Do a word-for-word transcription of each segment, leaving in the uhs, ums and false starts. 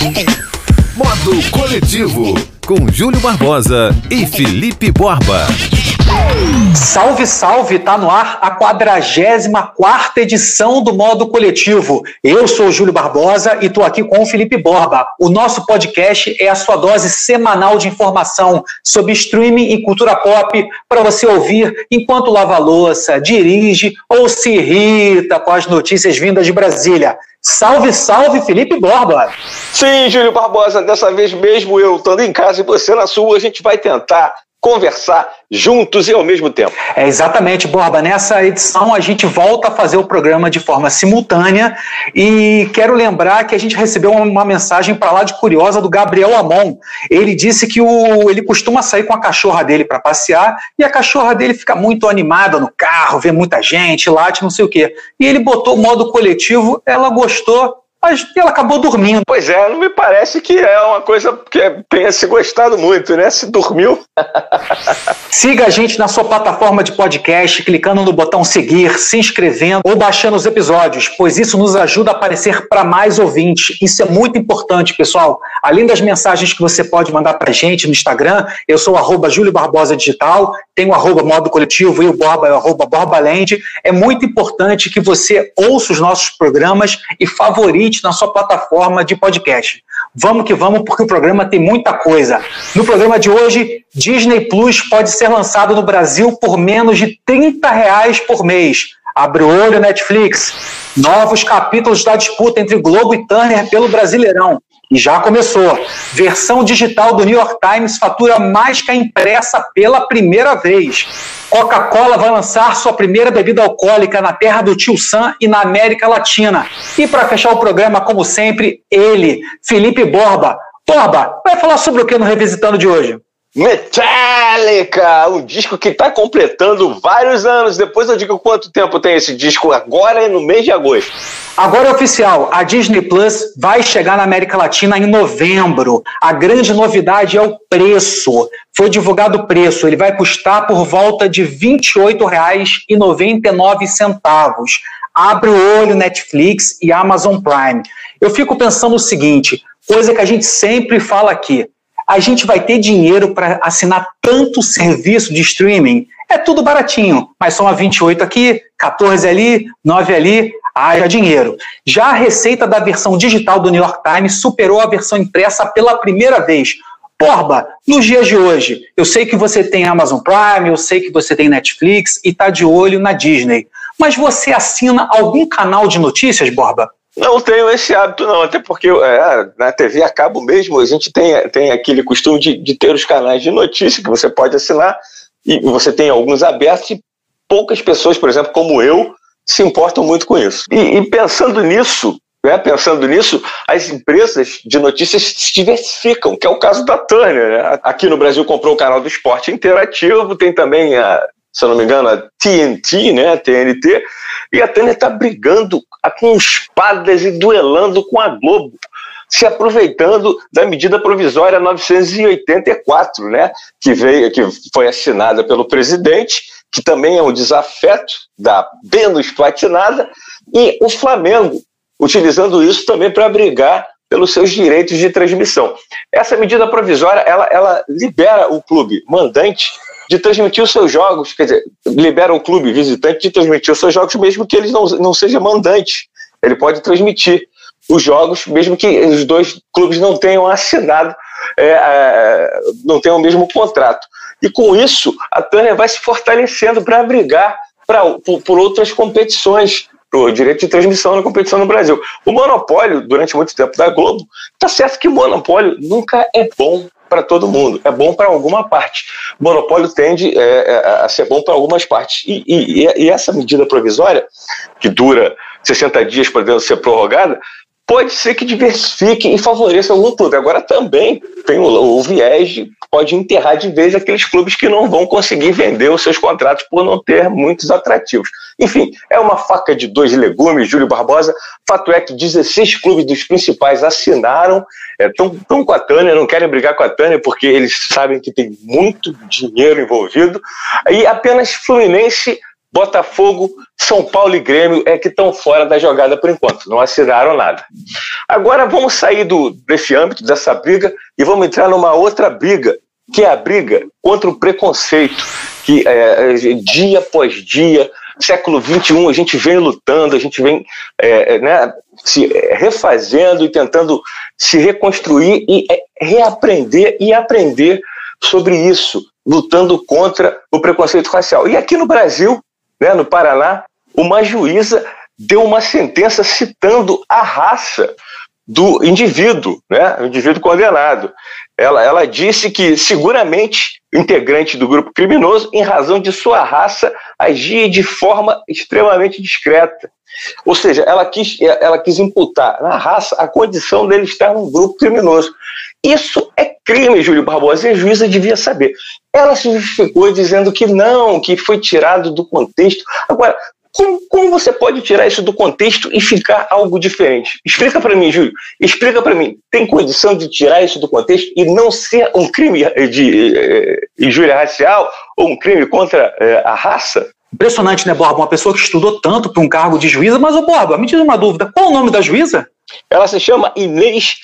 Modo Coletivo, com Júlio Barbosa e Felipe Borba. Salve, salve! Tá no ar a quadragésima quarta edição do Modo Coletivo. Eu sou o Júlio Barbosa e tô aqui com o Felipe Borba. O nosso podcast é a sua dose semanal de informação sobre streaming e cultura pop para você ouvir enquanto lava a louça, dirige ou se irrita com as notícias vindas de Brasília. Salve, salve, Felipe Borba! Sim, Júlio Barbosa, dessa vez mesmo eu estando em casa e você na sua, a gente vai tentar conversar juntos e ao mesmo tempo. É exatamente, Borba. Nessa edição a gente volta a fazer o programa de forma simultânea e quero lembrar que a gente recebeu uma mensagem para lá de curiosa do Gabriel Amon. Ele disse que o, ele costuma sair com a cachorra dele para passear e a cachorra dele fica muito animada no carro, vê muita gente, late, não sei o quê. E ele botou o modo coletivo, ela gostou, mas ela acabou dormindo. Pois é, não me parece que é uma coisa que tenha se gostado muito, né? Se dormiu. Siga a gente na sua plataforma de podcast, clicando no botão seguir, se inscrevendo ou baixando os episódios, pois isso nos ajuda a aparecer para mais ouvintes. Isso é muito importante, pessoal. Além das mensagens que você pode mandar para a gente no Instagram, eu sou arroba Júlio Barbosa Digital, tenho o arroba Modo Coletivo e o Borba é o arroba Borbaland. É muito importante que você ouça os nossos programas e favorite na sua plataforma de podcast. Vamos que vamos, porque o programa tem muita coisa. No programa de hoje, Disney Plus pode ser lançado no Brasil por menos de trinta reais por mês. Abre o olho, Netflix. Novos capítulos da disputa entre Globo e Turner pelo Brasileirão. E já começou. Versão digital do New York Times fatura mais que a impressa pela primeira vez. Coca-Cola vai lançar sua primeira bebida alcoólica na terra do Tio Sam e na América Latina. E para fechar o programa, como sempre, ele, Felipe Borba. Borba, vai falar sobre o que no Revisitando de hoje? Metallica, um disco que está completando vários anos. Depois eu digo quanto tempo tem esse disco. Agora é no mês de agosto. Agora é oficial, a Disney Plus vai chegar na América Latina em novembro. A grande novidade é o preço. Foi divulgado o preço, ele vai custar por volta de vinte e oito reais e noventa e nove centavos. Abre o olho, Netflix e Amazon Prime. Eu fico pensando o seguinte, coisa que a gente sempre fala aqui. A gente vai ter dinheiro para assinar tanto serviço de streaming? É tudo baratinho, mas são a vinte e oito aqui, quatorze ali, nove ali, haja dinheiro. Já a receita da versão digital do New York Times superou a versão impressa pela primeira vez. Borba, nos dias de hoje, eu sei que você tem Amazon Prime, eu sei que você tem Netflix e está de olho na Disney. Mas você assina algum canal de notícias, Borba? Não tenho esse hábito não, até porque é, na T V a cabo mesmo a gente tem, tem aquele costume de, de ter os canais de notícia que você pode assinar e você tem alguns abertos e poucas pessoas, por exemplo, como eu, se importam muito com isso. E, e pensando nisso, né, pensando nisso, as empresas de notícias se diversificam, que é o caso da Turner, né? Aqui no Brasil comprou o canal do Esporte Interativo, tem também, a, se eu não me engano, a T N T, né, T N T, e a Turner está brigando com espadas e duelando com a Globo, se aproveitando da medida provisória novecentos e oitenta e quatro, né, que, veio, que foi assinada pelo presidente, que também é um desafeto da menos platinada, e o Flamengo, utilizando isso também para brigar pelos seus direitos de transmissão. Essa medida provisória, ela, ela libera o clube mandante de transmitir os seus jogos, quer dizer, libera o clube visitante de transmitir os seus jogos, mesmo que ele não, não seja mandante. Ele pode transmitir os jogos, mesmo que os dois clubes não tenham assinado, é, é, não tenham o mesmo contrato. E com isso, a Turner vai se fortalecendo para brigar pra, por, por outras competições, o direito de transmissão na competição no Brasil. O monopólio, durante muito tempo, da Globo, está certo que o monopólio nunca é bom para todo mundo, é bom para alguma parte. O monopólio tende é, a ser bom para algumas partes. E, e, e essa medida provisória, que dura sessenta dias podendo ser prorrogada, pode ser que diversifique e favoreça algum clube. Agora também tem o, o viés de pode enterrar de vez aqueles clubes que não vão conseguir vender os seus contratos por não ter muitos atrativos. Enfim, é uma faca de dois legumes, Júlio Barbosa. Fato é que dezesseis clubes dos principais assinaram, estão é, com a Turner, não querem brigar com a Turner porque eles sabem que tem muito dinheiro envolvido, e apenas Fluminense Botafogo, São Paulo e Grêmio é que estão fora da jogada por enquanto, não assinaram nada. Agora vamos sair do, desse âmbito, dessa briga, e vamos entrar numa outra briga, que é a briga contra o preconceito, que é, dia após dia, século vinte e um, a gente vem lutando, a gente vem é, né, se refazendo e tentando se reconstruir e reaprender e aprender sobre isso, lutando contra o preconceito racial. E aqui no Brasil, né, no Paraná, uma juíza deu uma sentença citando a raça do indivíduo, né, o indivíduo condenado. Ela, ela disse que seguramente o integrante do grupo criminoso, em razão de sua raça, agia de forma extremamente discreta. Ou seja, ela quis, ela quis imputar na raça a condição dele estar num grupo criminoso. Isso é crime, Júlio Barbosa, e a juíza devia saber. Ela se justificou dizendo que não, que foi tirado do contexto. Agora, Como, como você pode tirar isso do contexto e ficar algo diferente? Explica para mim, Júlio. Explica para mim. Tem condição de tirar isso do contexto e não ser um crime de eh, injúria racial ou um crime contra eh, a raça? Impressionante, né, Borba? Uma pessoa que estudou tanto para um cargo de juíza. Mas, ô Borba, me diz uma dúvida. Qual o nome da juíza? Ela se chama Inês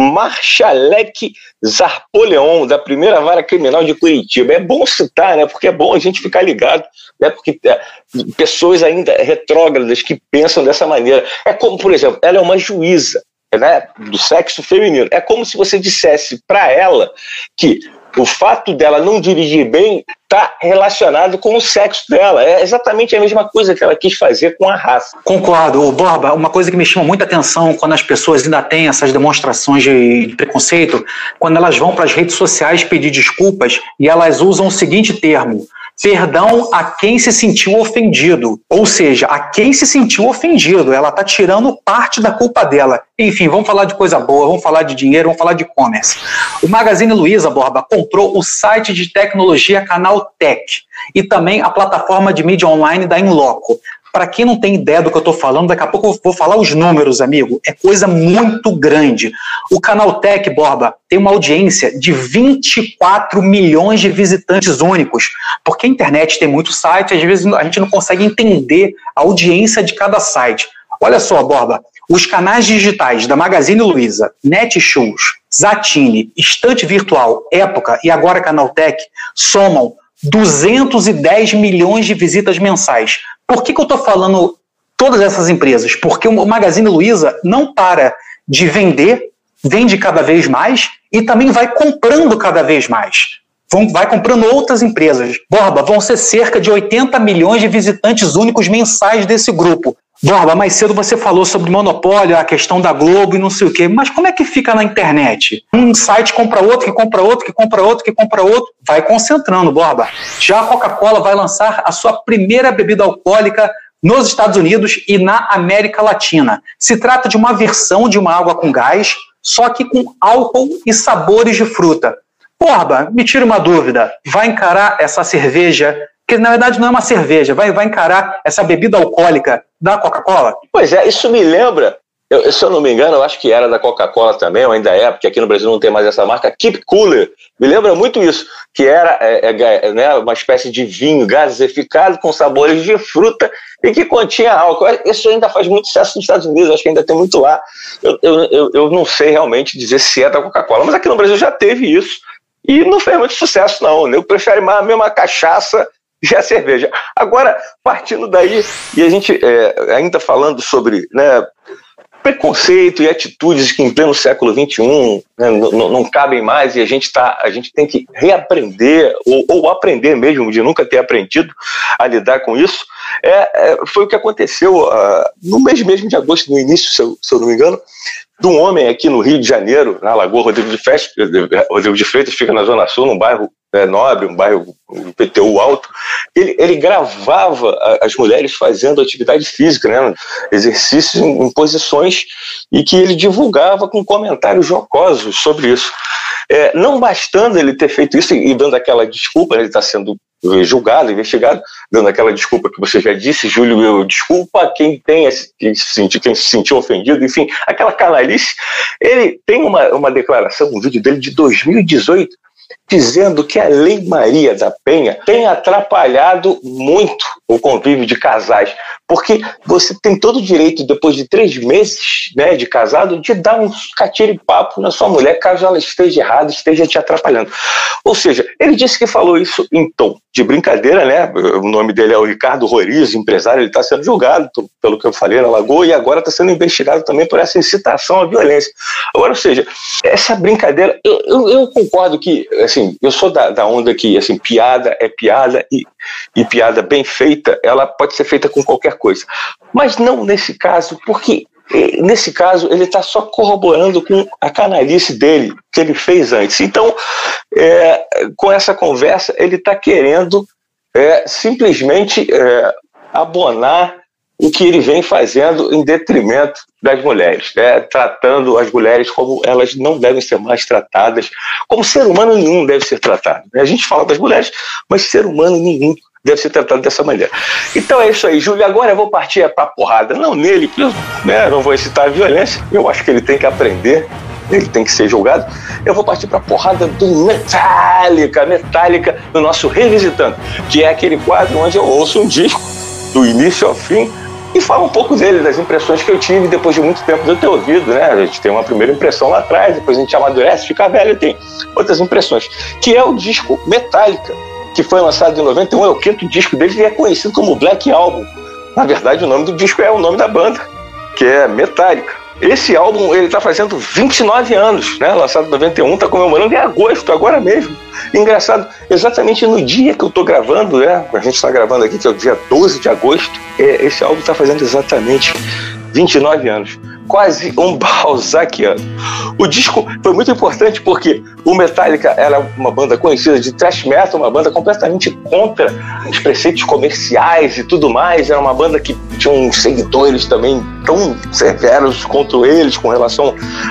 Marchalek Zarpoleon, da primeira vara criminal de Curitiba. É bom citar, né? Porque é bom a gente ficar ligado, né? Porque é, pessoas ainda retrógradas que pensam dessa maneira. É como, por exemplo, ela é uma juíza, né, do sexo feminino. É como se você dissesse para ela que o fato dela não dirigir bem está relacionado com o sexo dela. É exatamente a mesma coisa que ela quis fazer com a raça. Concordo. Borba, uma coisa que me chama muita atenção quando as pessoas ainda têm essas demonstrações de preconceito, quando elas vão para as redes sociais pedir desculpas e elas usam o seguinte termo: perdão a quem se sentiu ofendido. Ou seja, a quem se sentiu ofendido. Ela está tirando parte da culpa dela. Enfim, vamos falar de coisa boa, vamos falar de dinheiro, vamos falar de e-commerce. O Magazine Luiza, Borba, comprou o site de tecnologia Canaltech e também a plataforma de mídia online da Inloco. Para quem não tem ideia do que eu estou falando, daqui a pouco eu vou falar os números, amigo. É coisa muito grande. O Canaltech, Borba, tem uma audiência de vinte e quatro milhões de visitantes únicos. Porque a internet tem muito site, às vezes a gente não consegue entender a audiência de cada site. Olha só, Borba, os canais digitais da Magazine Luiza, Netshoes, Zattini, Estante Virtual, Época e agora Canaltech somam duzentos e dez milhões de visitas mensais. Por que que eu estou falando todas essas empresas? Porque o Magazine Luiza não para de vender, vende cada vez mais e também vai comprando cada vez mais. Vão, vai comprando outras empresas. Borba, vão ser cerca de oitenta milhões de visitantes únicos mensais desse grupo. Borba, mais cedo você falou sobre monopólio, a questão da Globo e não sei o quê, mas como é que fica na internet? Um site compra outro, que compra outro, que compra outro, que compra outro, vai concentrando, Borba. Já a Coca-Cola vai lançar a sua primeira bebida alcoólica nos Estados Unidos e na América Latina. Se trata de uma versão de uma água com gás, só que com álcool e sabores de fruta. Borba, me tira uma dúvida, vai encarar essa cerveja, que na verdade não é uma cerveja, vai, vai encarar essa bebida alcoólica da Coca-Cola? Pois é, isso me lembra, eu, se eu não me engano, eu acho que era da Coca-Cola também, ou ainda é, porque aqui no Brasil não tem mais essa marca, Keep Cooler. Me lembra muito isso, que era é, é, né, uma espécie de vinho gaseificado com sabores de fruta e que continha álcool. Isso ainda faz muito sucesso nos Estados Unidos, acho que ainda tem muito lá. Eu, eu, eu, eu não sei realmente dizer se é da Coca-Cola, mas aqui no Brasil já teve isso e não fez muito sucesso, não. Eu prefiro mais a mesma cachaça e a cerveja. Agora, partindo daí, e a gente é, ainda falando sobre, né, preconceito e atitudes que em pleno século vinte e um, né, não, não cabem mais, e a gente, tá, a gente tem que reaprender, ou, ou aprender mesmo, de nunca ter aprendido a lidar com isso. É, é, foi o que aconteceu uh, no mês mesmo de agosto, no início, se eu, se eu não me engano, de um homem aqui no Rio de Janeiro, na Lagoa Rodrigo de Freitas, Rodrigo de Freitas fica na Zona Sul, num bairro é, nobre, um bairro um P T U alto. Ele, ele gravava as mulheres fazendo atividade física, né, exercícios em, em posições, e que ele divulgava com comentários jocosos sobre isso. É, não bastando ele ter feito isso e, e dando aquela desculpa, né, ele está sendo julgado, investigado, dando aquela desculpa que você já disse, Júlio, eu desculpa quem, tem, quem, se sentiu, quem se sentiu ofendido, enfim, aquela canalice. Ele tem uma, uma declaração, um vídeo dele de dois mil e dezoito, dizendo que a Lei Maria da Penha tem atrapalhado muito o convívio de casais, porque você tem todo o direito, depois de três meses, né, de casado, de dar um catiripapo na sua mulher, caso ela esteja errada, esteja te atrapalhando. Ou seja, ele disse que falou isso em tom de brincadeira, né? O nome dele é o Ricardo Roriz, empresário, ele está sendo julgado, pelo que eu falei, na Lagoa, e agora está sendo investigado também por essa incitação à violência. Agora, ou seja, essa brincadeira, eu, eu, eu concordo que, assim, eu sou da, da onda que, assim, piada é piada e, e piada bem feita, ela pode ser feita com qualquer coisa. Mas não nesse caso, porque nesse caso ele está só corroborando com a canalice dele, que ele fez antes. Então, é, com essa conversa, ele está querendo é, simplesmente é, abonar o que ele vem fazendo em detrimento das mulheres, né? Tratando as mulheres como elas não devem ser mais tratadas, como ser humano nenhum deve ser tratado. A gente fala das mulheres, mas ser humano nenhum deve ser tratado dessa maneira. Então é isso aí, Júlio. Agora eu vou partir para a porrada, não nele, eu, né, não vou incitar a violência, eu acho que ele tem que aprender, ele tem que ser julgado. Eu vou partir para a porrada do Metallica, Metallica, do nosso Revisitando, que é aquele quadro onde eu ouço um disco do início ao fim e falo um pouco dele, das impressões que eu tive depois de muito tempo de eu ter ouvido, né? A gente tem uma primeira impressão lá atrás, depois a gente amadurece, fica velho e tem outras impressões, que é o disco Metallica, que foi lançado em noventa e um, é o quinto disco deles e é conhecido como Black Album. Na verdade, o nome do disco é o nome da banda, que é Metallica. Esse álbum, ele tá fazendo vinte e nove anos, né? Lançado em noventa e um, tá comemorando em agosto, agora mesmo. Engraçado, exatamente no dia que eu tô gravando, né? A gente tá gravando aqui, que é o dia doze de agosto, é, esse álbum tá fazendo exatamente vinte e nove anos. Quase um balzaquiano. O disco foi muito importante porque o Metallica era uma banda conhecida de thrash metal, uma banda completamente contra os preceitos comerciais e tudo mais. Era uma banda que tinha uns seguidores também tão severos contra eles com relação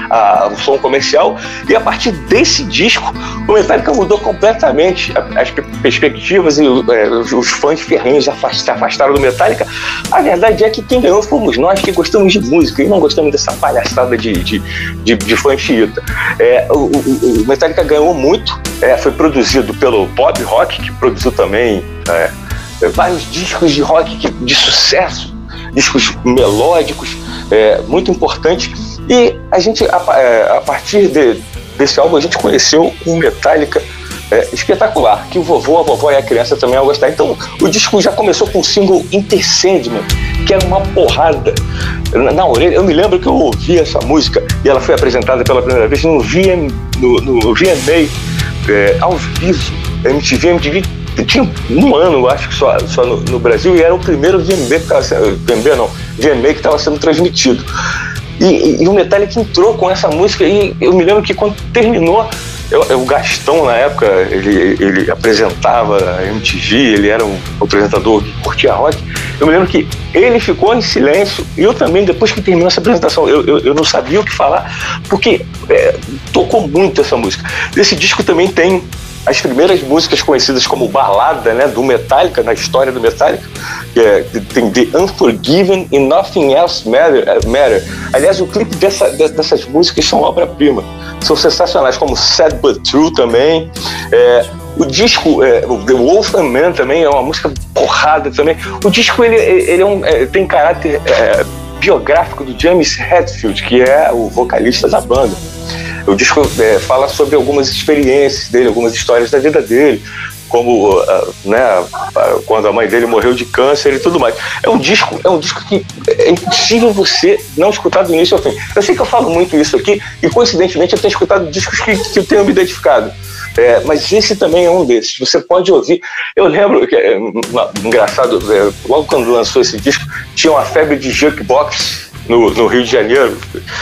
ao som comercial. E a partir desse disco, o Metallica mudou completamente as perspectivas e é, os fãs ferrenhos se afastaram do Metallica. A verdade é que quem ganhou fomos nós que gostamos de música e não gostamos dessa palhaçada de, de, de, de fã xiita. É, o, o, o Metallica ganhou muito, é, foi produzido pelo Bob Rock, que produziu também é, vários discos de rock que, de sucesso, discos melódicos, é, muito importantes. E a gente, a, a partir de, desse álbum, a gente conheceu um Metallica É, espetacular, que o vovô, a vovó e a criança também vão gostar. Então o disco já começou com o single Enter Sandman, que era uma porrada na, na orelha. Eu me lembro que eu ouvi essa música e ela foi apresentada pela primeira vez no V M, no, no V M A é, ao vivo. A M T V, a M T V tinha um ano, eu acho que só, só no, no Brasil, e era o primeiro V M B que estava sendo, V M B não, V M A que estava sendo transmitido. E, e, e o Metallica entrou com essa música e eu me lembro que quando terminou, Eu, eu, o Gastão, na época, ele, ele apresentava a M T V, ele era um apresentador que curtia rock. Eu me lembro que ele ficou em silêncio e eu também, depois que terminou essa apresentação, eu, eu, eu não sabia o que falar, porque é, tocou muito essa música. Esse disco também tem as primeiras músicas conhecidas como balada, né, do Metallica, na história do Metallica, que é, tem The Unforgiven e Nothing Else Matter. Matter. Aliás, o clipe dessa, dessas músicas são obra-prima, são sensacionais, como Sad But True também. É, o disco, é, o The Wolfman Man também é uma música porrada também. O disco ele, ele é um, é, tem caráter é, biográfico do James Hetfield, que é o vocalista da banda. O disco é, fala sobre algumas experiências dele, algumas histórias da vida dele, como uh, né, uh, quando a mãe dele morreu de câncer e tudo mais. É um disco, é um disco que é impossível você não escutar do início ao fim. Eu sei que eu falo muito isso aqui e, coincidentemente, eu tenho escutado discos que, que eu tenho me identificado. É, mas esse também é um desses. Você pode ouvir. Eu lembro que, é, engraçado, é, logo quando lançou esse disco, tinha uma febre de jukebox No, no Rio de Janeiro,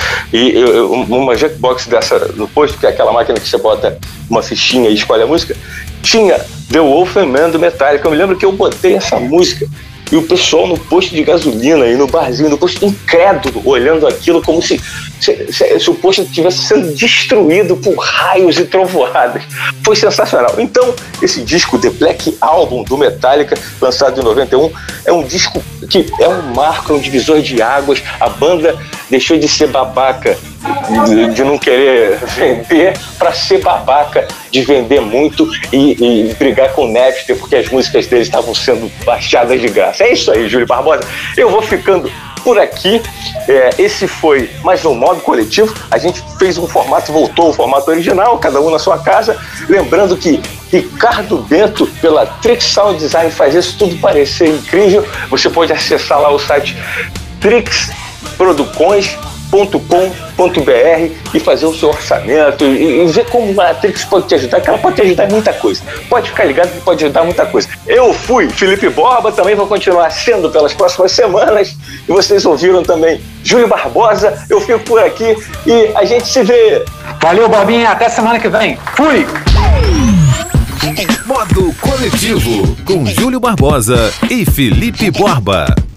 e eu, uma jukebox dessa no posto, que é aquela máquina que você bota uma fichinha e escolhe a música, tinha The Wolfman Man do Metallica. Eu me lembro que eu botei essa música e o pessoal no posto de gasolina e no barzinho, no posto incrédulo, olhando aquilo como se, se, se, se o posto estivesse sendo destruído por raios e trovoadas. Foi sensacional. Então, esse disco, The Black Album do Metallica, lançado em noventa e um, é um disco que é um marco, é um divisor de águas. A banda deixou de ser babaca de, de não querer vender para ser babaca de vender muito e, e brigar com o Napster porque as músicas dele estavam sendo baixadas de graça. É isso aí, Júlio Barbosa. Eu vou ficando por aqui. É, esse foi mais um Modo Coletivo. A gente fez um formato, voltou ao formato original, cada um na sua casa. Lembrando que Ricardo Bento, pela Trix Sound Design, faz isso tudo parecer incrível. Você pode acessar lá o site trix producões ponto com ponto b r e fazer o seu orçamento e, e ver como a Trix pode te ajudar, que ela pode te ajudar em muita coisa. Pode ficar ligado que pode ajudar muita coisa. Eu fui Felipe Borba, também vou continuar sendo pelas próximas semanas, e vocês ouviram também Júlio Barbosa. Eu fico por aqui e a gente se vê. Valeu, Borbinha, até semana que vem. Fui! Modo Coletivo, com Júlio Barbosa e Felipe Borba.